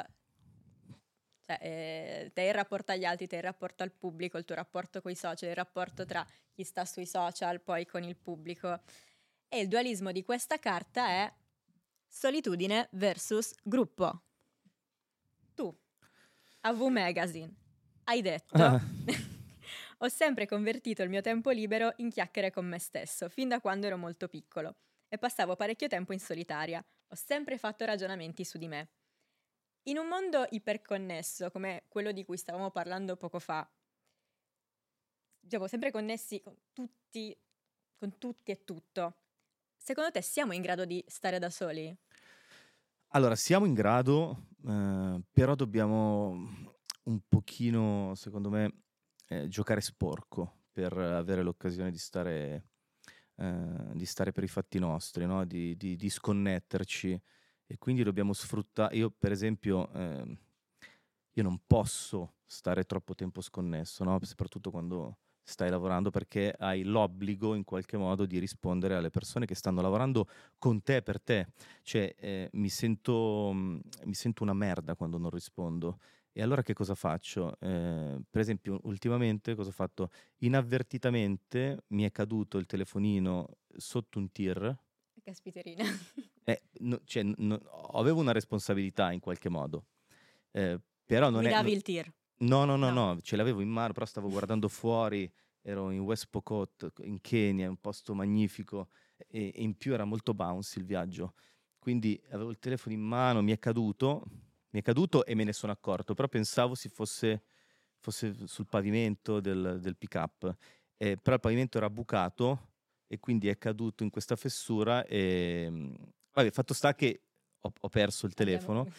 te il rapporto agli altri, te il rapporto al pubblico, il tuo rapporto con i social, il rapporto tra chi sta sui social poi con il pubblico, e il dualismo di questa carta è solitudine versus gruppo. Tu, a V Magazine, hai detto ho sempre convertito il mio tempo libero in chiacchiere con me stesso, fin da quando ero molto piccolo, e passavo parecchio tempo in solitaria. Ho sempre fatto ragionamenti su di me. In un mondo iperconnesso, come quello di cui stavamo parlando poco fa, diciamo, sempre connessi con tutti e tutto. Secondo te siamo in grado di stare da soli? Allora, siamo in grado, però dobbiamo un pochino, secondo me, giocare sporco per avere l'occasione di stare per i fatti nostri, no? Di sconnetterci, e quindi dobbiamo sfruttare. Io, per esempio, io non posso stare troppo tempo sconnesso, no? Soprattutto quando stai lavorando, perché hai l'obbligo in qualche modo di rispondere alle persone che stanno lavorando con te, per te. Cioè, mi sento una merda quando non rispondo. E allora che cosa faccio? Per esempio, ultimamente cosa ho fatto? Inavvertitamente mi è caduto il telefonino sotto un tir. Caspiterina. Avevo una responsabilità in qualche modo. Però non Guidavi il tir. No, ce l'avevo in mano, però stavo guardando fuori, ero in West Pokot, in Kenya, un posto magnifico, e in più era molto bouncy il viaggio. Quindi avevo il telefono in mano, mi è caduto e me ne sono accorto, però pensavo si fosse sul pavimento del pick-up. Però il pavimento era bucato e quindi è caduto in questa fessura e vabbè, fatto sta che ho perso il telefono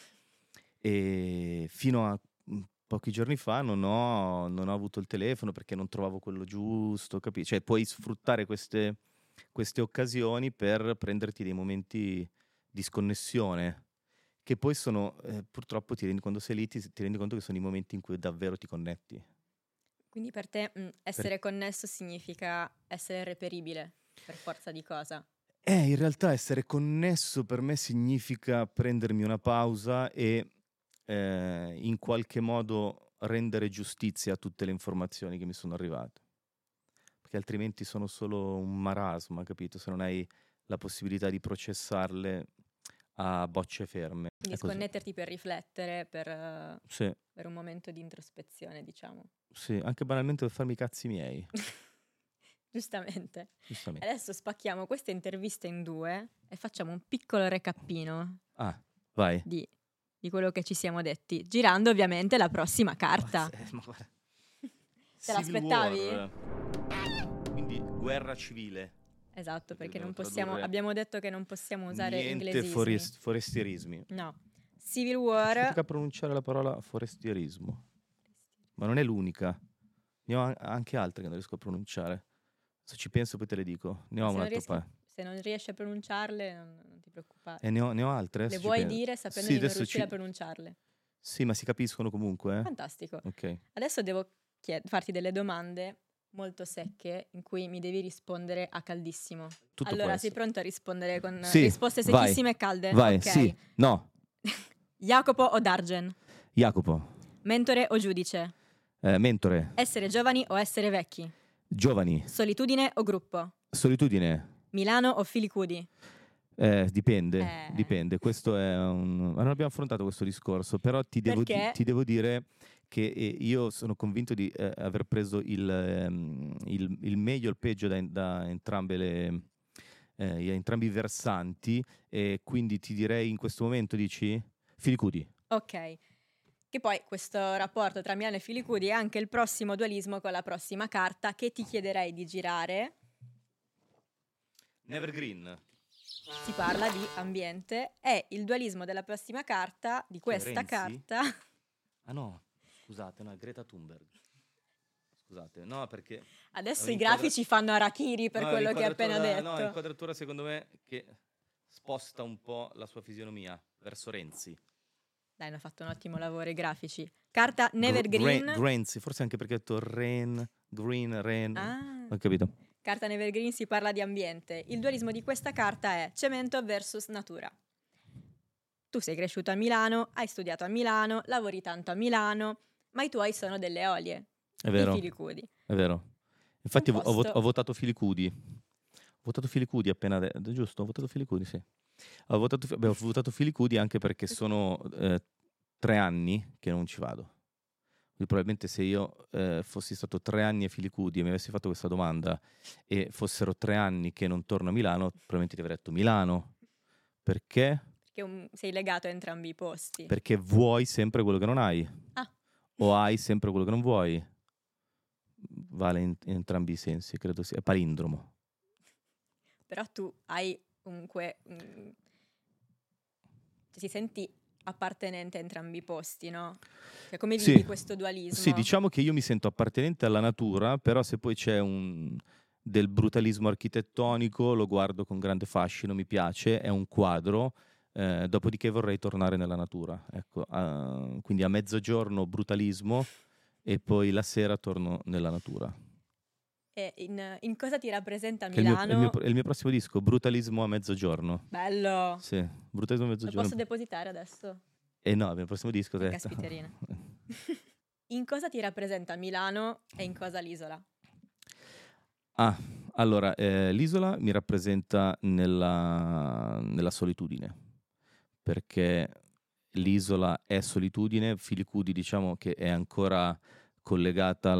e fino a pochi giorni fa non ho avuto il telefono perché non trovavo quello giusto, capisci? Cioè, puoi sfruttare queste occasioni per prenderti dei momenti di sconnessione, che poi sono, purtroppo quando sei lì ti rendi conto che sono i momenti in cui davvero ti connetti. Quindi per te essere connesso significa essere reperibile, per forza di cosa? In realtà essere connesso per me significa prendermi una pausa e in qualche modo rendere giustizia a tutte le informazioni che mi sono arrivate. Perché altrimenti sono solo un marasma, capito? Se non hai la possibilità di processarle a bocce ferme. Quindi sconnetterti per riflettere, per un momento di introspezione, diciamo. Sì, anche banalmente per farmi i cazzi miei. Giustamente. Adesso spacchiamo questa intervista in due e facciamo un piccolo recappino. Vai. Di quello che ci siamo detti, girando ovviamente la prossima carta. Te l'aspettavi? Quindi guerra civile. Esatto, perché non possiamo, abbiamo detto che non possiamo usare inglesismi. Niente forestierismi. No. Civil War. Fatica a pronunciare la parola forestierismo. Ma non è l'unica. Ne ho anche altre che non riesco a pronunciare. Se ci penso poi te le dico. Ne ho un altro paio. Se non riesci a pronunciarle, non ti preoccupare. Ne ho altre? Le vuoi dire sapendo di non riuscire a pronunciarle? Sì, ma si capiscono comunque. Fantastico. Okay. Adesso devo farti delle domande molto secche in cui mi devi rispondere a caldissimo. Tutto allora, questo. sei pronto a rispondere con risposte secchissime e calde? Vai, okay. Sì, no. Jacopo o Dargen? Jacopo. Mentore o giudice? Mentore. Essere giovani o essere vecchi? Giovani. Solitudine o gruppo? Solitudine. Milano o Filicudi? Dipende. Questo è ma non abbiamo affrontato questo discorso, però ti devo dire che io sono convinto di aver preso il meglio e il peggio da entrambi i versanti, e quindi ti direi in questo momento, dici? Filicudi. Ok. Che poi questo rapporto tra Milano e Filicudi è anche il prossimo dualismo con la prossima carta che ti chiederei di girare. Nevergreen. Si parla di ambiente, è il dualismo della prossima carta, di questa carta. Ah no, scusate, no, è Greta Thunberg. Scusate, no, perché adesso i grafici fanno arachiri per quello che hai appena detto. No, l'inquadratura secondo me che sposta un po' la sua fisionomia verso Renzi. Dai, hanno fatto un ottimo lavoro i grafici. Carta Nevergreen. Renzi, forse anche perché ho detto Ren. Ah. Ho capito. Carta Nevergreen, si parla di ambiente. Il dualismo di questa carta è cemento versus natura. Tu sei cresciuto a Milano, hai studiato a Milano, lavori tanto a Milano, ma i tuoi sono delle eolie. È vero. I Filicudi. È vero. Infatti ho votato Filicudi. Ho votato Filicudi appena giusto? Ho votato Filicudi, sì. Ho votato Filicudi anche perché sono 3 anni che non ci vado. Quindi probabilmente se io fossi stato 3 anni a Filicudi e mi avessi fatto questa domanda e fossero 3 anni che non torno a Milano, probabilmente ti avrei detto Milano. Perché? Perché sei legato a entrambi i posti. Perché vuoi sempre quello che non hai. O hai sempre quello che non vuoi. vale in entrambi i sensi, credo sia, è palindromo. Però tu hai comunque... ti senti appartenente a entrambi i posti, no? Cioè, come vivi questo dualismo? Sì, diciamo che io mi sento appartenente alla natura, però se poi c'è del brutalismo architettonico lo guardo con grande fascino, mi piace, è un quadro, dopodiché vorrei tornare nella natura. Ecco, quindi a mezzogiorno brutalismo e poi la sera torno nella natura. E in cosa ti rappresenta Che Milano? è il mio prossimo disco, Brutalismo a mezzogiorno. Bello! Sì, Brutalismo a mezzogiorno. Lo posso depositare adesso? No, il mio prossimo disco... Caspiterina. In cosa ti rappresenta Milano e in cosa l'isola? Allora, l'isola mi rappresenta nella solitudine, perché l'isola è solitudine, Filicudi diciamo che è ancora collegata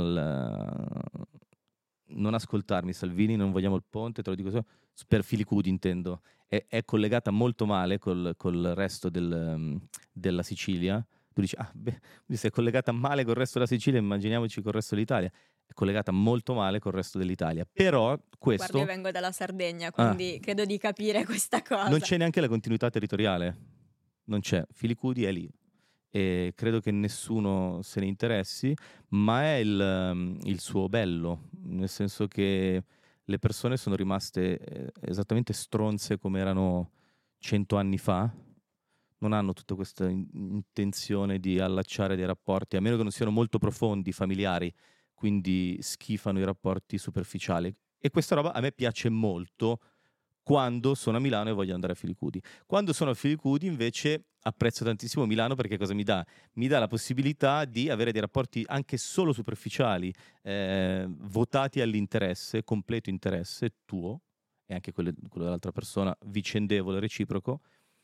non ascoltarmi Salvini, non vogliamo il ponte, te lo dico per Filicudi intendo, è collegata molto male col resto della Sicilia. Tu dici, se è collegata male col resto della Sicilia, immaginiamoci col resto dell'Italia. È collegata molto male col resto dell'Italia. Però questo... Guarda, io vengo dalla Sardegna, quindi credo di capire questa cosa. Non c'è neanche la continuità territoriale. Non c'è. Filicudi è lì. E credo che nessuno se ne interessi, ma è il suo bello, nel senso che le persone sono rimaste esattamente stronze come erano 100 anni fa. Non hanno tutta questa intenzione di allacciare dei rapporti, a meno che non siano molto profondi, familiari, quindi schifano i rapporti superficiali. E questa roba a me piace molto quando sono a Milano e voglio andare a Filicudi. Quando sono a Filicudi invece apprezzo tantissimo Milano perché cosa mi dà? Mi dà la possibilità di avere dei rapporti anche solo superficiali, votati all'interesse, completo interesse tuo e anche quello dell'altra persona, vicendevole, reciproco,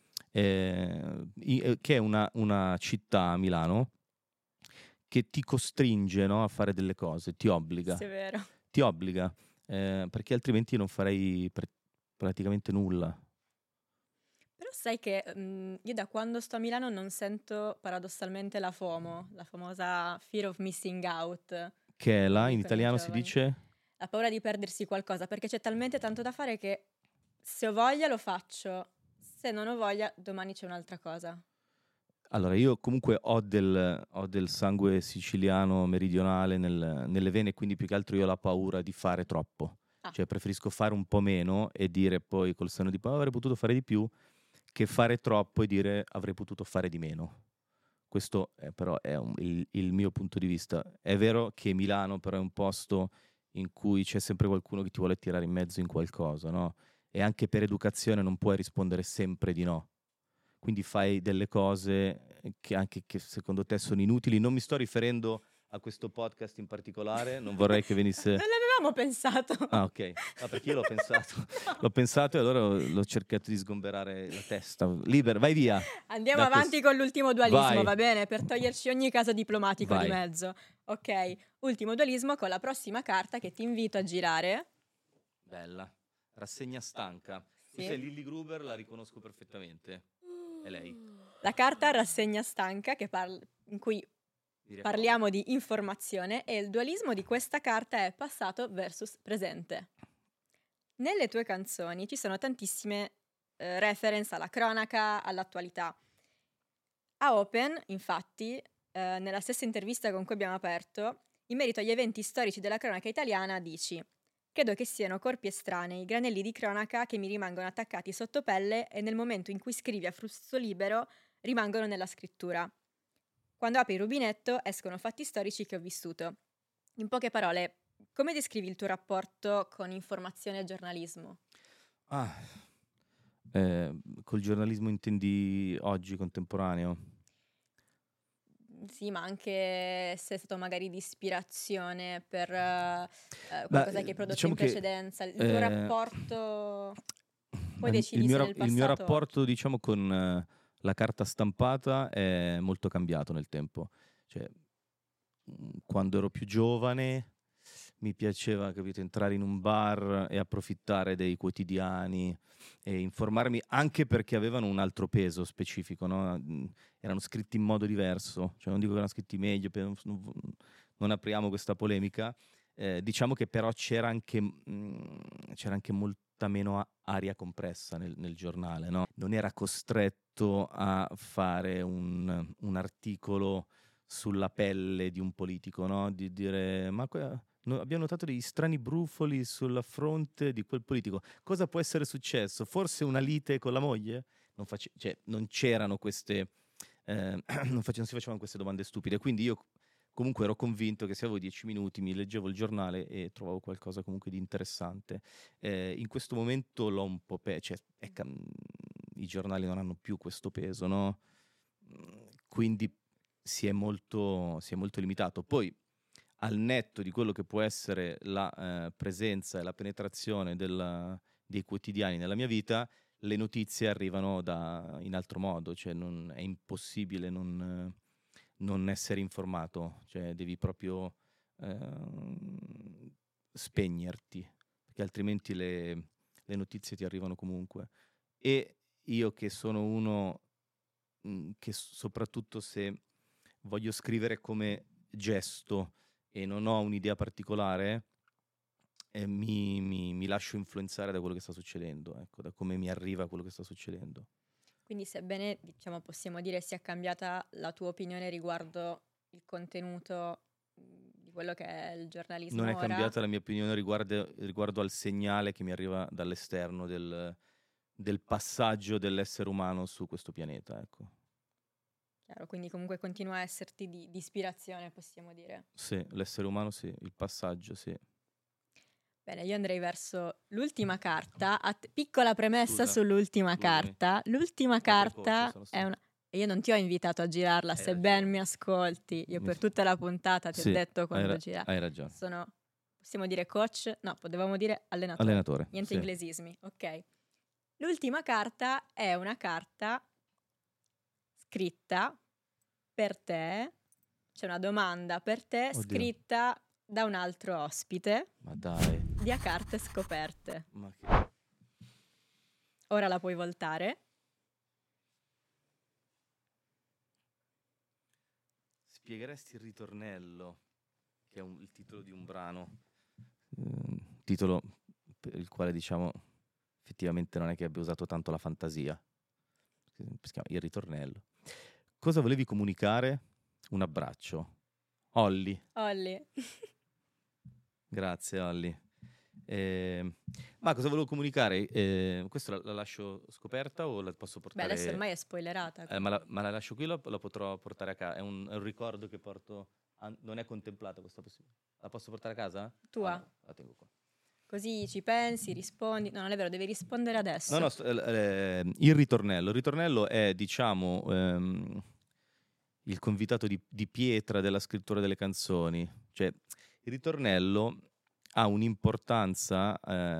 che è una città, Milano, che ti costringe, no, a fare delle cose, ti obbliga. Sì, è vero. Ti obbliga, perché altrimenti non farei praticamente nulla. Però sai che io da quando sto a Milano non sento paradossalmente la FOMO, la famosa fear of missing out. Che è là, in italiano si dice? La paura di perdersi qualcosa, perché c'è talmente tanto da fare che se ho voglia lo faccio, se non ho voglia domani c'è un'altra cosa. Allora, io comunque ho del sangue siciliano meridionale nelle vene, quindi più che altro io ho la paura di fare troppo. Cioè preferisco fare un po' meno e dire poi col senno di poi avrei potuto fare di più, che fare troppo e dire avrei potuto fare di meno. Questo però è il mio punto di vista. È vero che Milano però è un posto in cui c'è sempre qualcuno che ti vuole tirare in mezzo in qualcosa, no? E anche per educazione non puoi rispondere sempre di no. Quindi fai delle cose che secondo te sono inutili. Non mi sto riferendo a questo podcast in particolare, non vorrei che venisse... Non l'avevamo pensato. Ah, ok. Perché io l'ho pensato. No. L'ho pensato e allora l'ho cercato di sgomberare la testa. Libero, vai via. Andiamo avanti con l'ultimo dualismo, va bene? Per toglierci ogni caso diplomatico di mezzo. Ok, ultimo dualismo con la prossima carta che ti invito a girare. Bella. Rassegna stanca. Sì. Questa è Lilly Gruber, la riconosco perfettamente. È lei. La carta rassegna stanca in cui parliamo di informazione e il dualismo di questa carta è passato versus presente. Nelle tue canzoni ci sono tantissime reference alla cronaca, all'attualità. A Open, infatti, nella stessa intervista con cui abbiamo aperto, in merito agli eventi storici della cronaca italiana dici: credo che siano corpi estranei, granelli di cronaca che mi rimangono attaccati sotto pelle e nel momento in cui scrivi a flusso libero rimangono nella scrittura. Quando apri il rubinetto escono fatti storici che ho vissuto. In poche parole, come descrivi il tuo rapporto con informazione e giornalismo? Col giornalismo intendi oggi, contemporaneo? Sì, ma anche se è stato magari di ispirazione per qualcosa che hai prodotto diciamo in precedenza. Il tuo rapporto... Poi decidi se nel passato... Il mio rapporto, diciamo, con... la carta stampata è molto cambiato nel tempo. Cioè, quando ero più giovane mi piaceva, capito, entrare in un bar e approfittare dei quotidiani e informarmi, anche perché avevano un altro peso specifico, no? Erano scritti in modo diverso, cioè non dico che erano scritti meglio, non apriamo questa polemica, Diciamo che però c'era anche molta meno aria compressa nel giornale, no? Non era costretto a fare un articolo sulla pelle di un politico, no? Di dire, ma abbiamo notato degli strani brufoli sulla fronte di quel politico. Cosa può essere successo? Forse una lite con la moglie? Non c'erano queste... non si facevano queste domande stupide. Quindi io comunque ero convinto che se avevo 10 minuti mi leggevo il giornale e trovavo qualcosa comunque di interessante. In questo momento l'ho un po' i giornali non hanno più questo peso, no? Quindi si è molto limitato. Poi, al netto di quello che può essere la presenza e la penetrazione dei quotidiani nella mia vita, le notizie arrivano in altro modo, cioè è impossibile non essere informato, cioè devi proprio spegnerti, perché altrimenti le notizie ti arrivano comunque. E io che sono uno che soprattutto se voglio scrivere come gesto e non ho un'idea particolare, mi lascio influenzare da quello che sta succedendo, ecco, da come mi arriva quello che sta succedendo. Quindi sebbene, diciamo, possiamo dire sia cambiata la tua opinione riguardo il contenuto di quello che è il giornalismo non è ora, cambiata la mia opinione riguardo al segnale che mi arriva dall'esterno del passaggio dell'essere umano su questo pianeta, ecco. Chiaro, quindi comunque continua a esserti di ispirazione, possiamo dire. Sì, l'essere umano sì, il passaggio sì. Bene, io andrei verso l'ultima carta. Piccola premessa Scusa, sull'ultima scusami. carta. L'ultima carta precoce, è una... Io non ti ho invitato a girarla, Hai se ragione. ben mi ascolti. Io per tutta la puntata ti Sì, ho detto quando girare. hai ragione. Sono, possiamo dire coach? No, potevamo dire allenatore. Allenatore. Niente sì. inglesismi, ok. L'ultima carta è una carta scritta per te. C'è una domanda per te scritta da un altro ospite. Ma dai. Di A Carte Scoperte. Ma che... Ora la puoi voltare. Spiegheresti il ritornello, che è il titolo di un brano, titolo per il quale diciamo effettivamente non è che abbia usato tanto la fantasia. Si chiama Il ritornello. Cosa volevi comunicare? Un abbraccio. Olli. Grazie Olli. Ma cosa volevo comunicare? Questa la lascio scoperta o la posso portare? Beh, adesso ormai è spoilerata. Ma la lascio qui, la potrò portare a casa. È un ricordo che porto. Non è contemplata questa possibilità. La posso portare a casa? Tua. La tengo qua. Così ci pensi, rispondi. No, non è vero, devi rispondere adesso. No, il ritornello. Il ritornello è, diciamo, il convitato di pietra della scrittura delle canzoni. Cioè, il ritornello ha un'importanza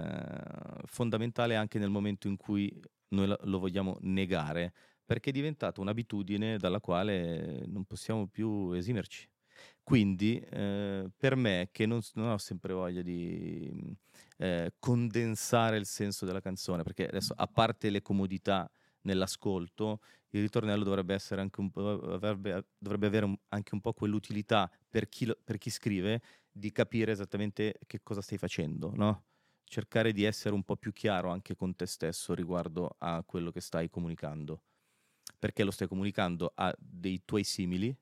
fondamentale anche nel momento in cui noi lo vogliamo negare, perché è diventata un'abitudine dalla quale non possiamo più esimerci. Quindi per me, che non ho sempre voglia di condensare il senso della canzone, perché adesso, a parte le comodità nell'ascolto, il ritornello dovrebbe essere anche dovrebbe avere anche un po' quell'utilità per chi scrive, di capire esattamente che cosa stai facendo, no? Cercare di essere un po' più chiaro anche con te stesso riguardo a quello che stai comunicando, perché lo stai comunicando a dei tuoi simili,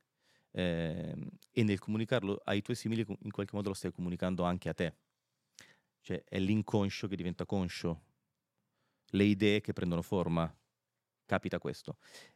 e nel comunicarlo ai tuoi simili in qualche modo lo stai comunicando anche a te. Cioè è l'inconscio che diventa conscio, le idee che prendono forma. Capita questo.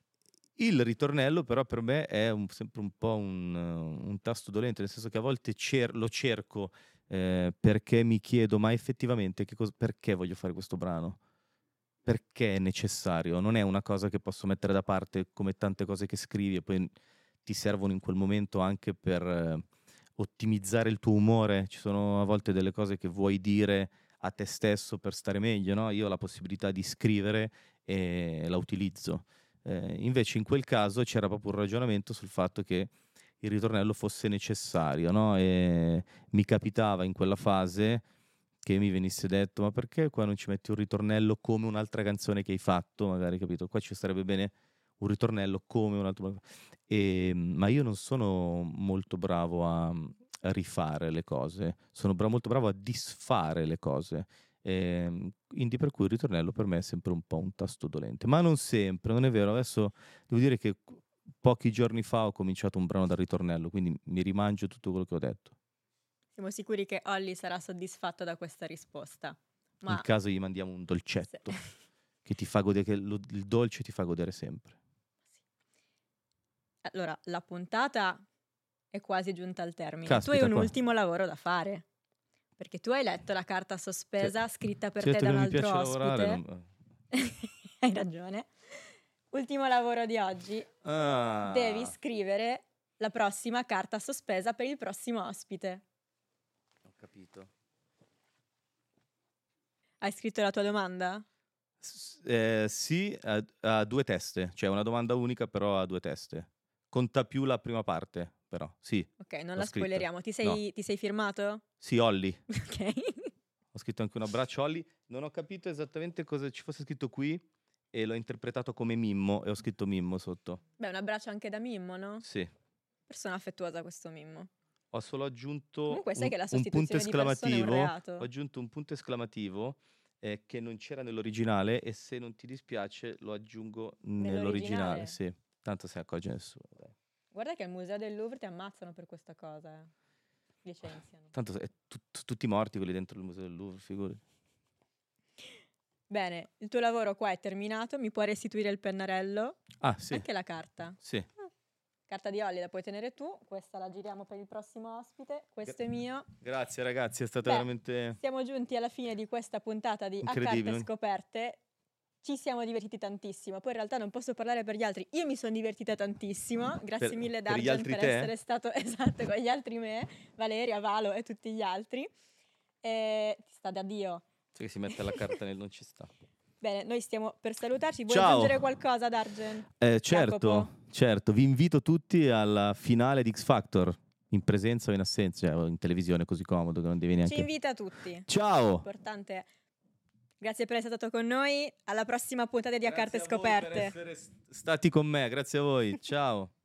Il ritornello però per me è sempre un po' un tasto dolente, nel senso che a volte lo cerco perché mi chiedo, ma effettivamente perché voglio fare questo brano? Perché è necessario? Non è una cosa che posso mettere da parte come tante cose che scrivi e poi ti servono in quel momento anche per ottimizzare il tuo umore. Ci sono a volte delle cose che vuoi dire a te stesso per stare meglio, no? Io ho la possibilità di scrivere e la utilizzo. Invece in quel caso c'era proprio un ragionamento sul fatto che il ritornello fosse necessario, no? E mi capitava in quella fase che mi venisse detto, ma perché qua non ci metti un ritornello come un'altra canzone che hai fatto, magari, capito? Qua ci sarebbe bene un ritornello come un altro. Ma io non sono molto bravo a rifare le cose, sono molto bravo a disfare le cose. Quindi per cui il ritornello per me è sempre un po' un tasto dolente, ma non sempre, non è vero. Adesso devo dire che pochi giorni fa ho cominciato un brano dal ritornello, quindi mi rimangio tutto quello che ho detto. Siamo sicuri che Olli sarà soddisfatto da questa risposta. Ma In caso gli mandiamo un dolcetto che ti fa godere, che il dolce ti fa godere sempre. Allora, la puntata è quasi giunta al termine. Caspita, tu hai un qua. ultimo lavoro da fare, perché tu hai letto la carta sospesa scritta per Se te te da un non mi altro piace ospite. lavorare, Hai ragione. Ultimo lavoro di oggi. Devi scrivere la prossima carta sospesa per il prossimo ospite. Ho capito. Hai scritto la tua domanda? Sì, a due teste, cioè una domanda unica però a due teste. Conta più la prima parte, però, sì. Ok, non L'ho la scritta. spoileriamo. Ti sei firmato? Sì, Olli. Ok. Ho scritto anche un abbraccio Olli. Non ho capito esattamente cosa ci fosse scritto qui e l'ho interpretato come Mimmo e ho scritto Mimmo sotto. Beh, un abbraccio anche da Mimmo, no? Sì. Persona affettuosa questo Mimmo. Ho solo aggiunto Comunque sai che la un punto sostituzione di persone è un esclamativo. reato. Ho aggiunto un punto esclamativo che non c'era nell'originale e se non ti dispiace lo aggiungo nell'originale. Sì. Tanto se ne accorge nessuno. Dai. Guarda che al Museo del Louvre ti ammazzano per questa cosa. Licenziano. Tanto è tutti morti quelli dentro il Museo del Louvre, figurati. Bene, il tuo lavoro qua è terminato. Mi puoi restituire il pennarello? Ah, sì. Anche la carta. Sì. Carta di Olli la puoi tenere tu. Questa la giriamo per il prossimo ospite. Questo è mio. Grazie ragazzi, è stato Beh, veramente siamo giunti alla fine di questa puntata di A incredibile. Carte Scoperte. Ci siamo divertiti tantissimo. Poi in realtà non posso parlare per gli altri. Io mi sono divertita tantissimo. Grazie mille per gli Dargen altri per te? essere stato esatto con gli altri me, Valeria, Valo e tutti gli altri. Ti sta da Dio. Sai che si mette la carta nel non ci sta. Bene, noi stiamo per salutarci. Vuoi Ciao. aggiungere qualcosa, Dargen? Certo, vi invito tutti alla finale di X Factor, in presenza o in assenza, cioè in televisione, così comodo che non devi neanche... Ci invita tutti. Ciao! Importante. Grazie per essere stato con noi. Alla prossima puntata di A Carte Grazie a voi Scoperte. per essere stati con me, grazie a voi, ciao!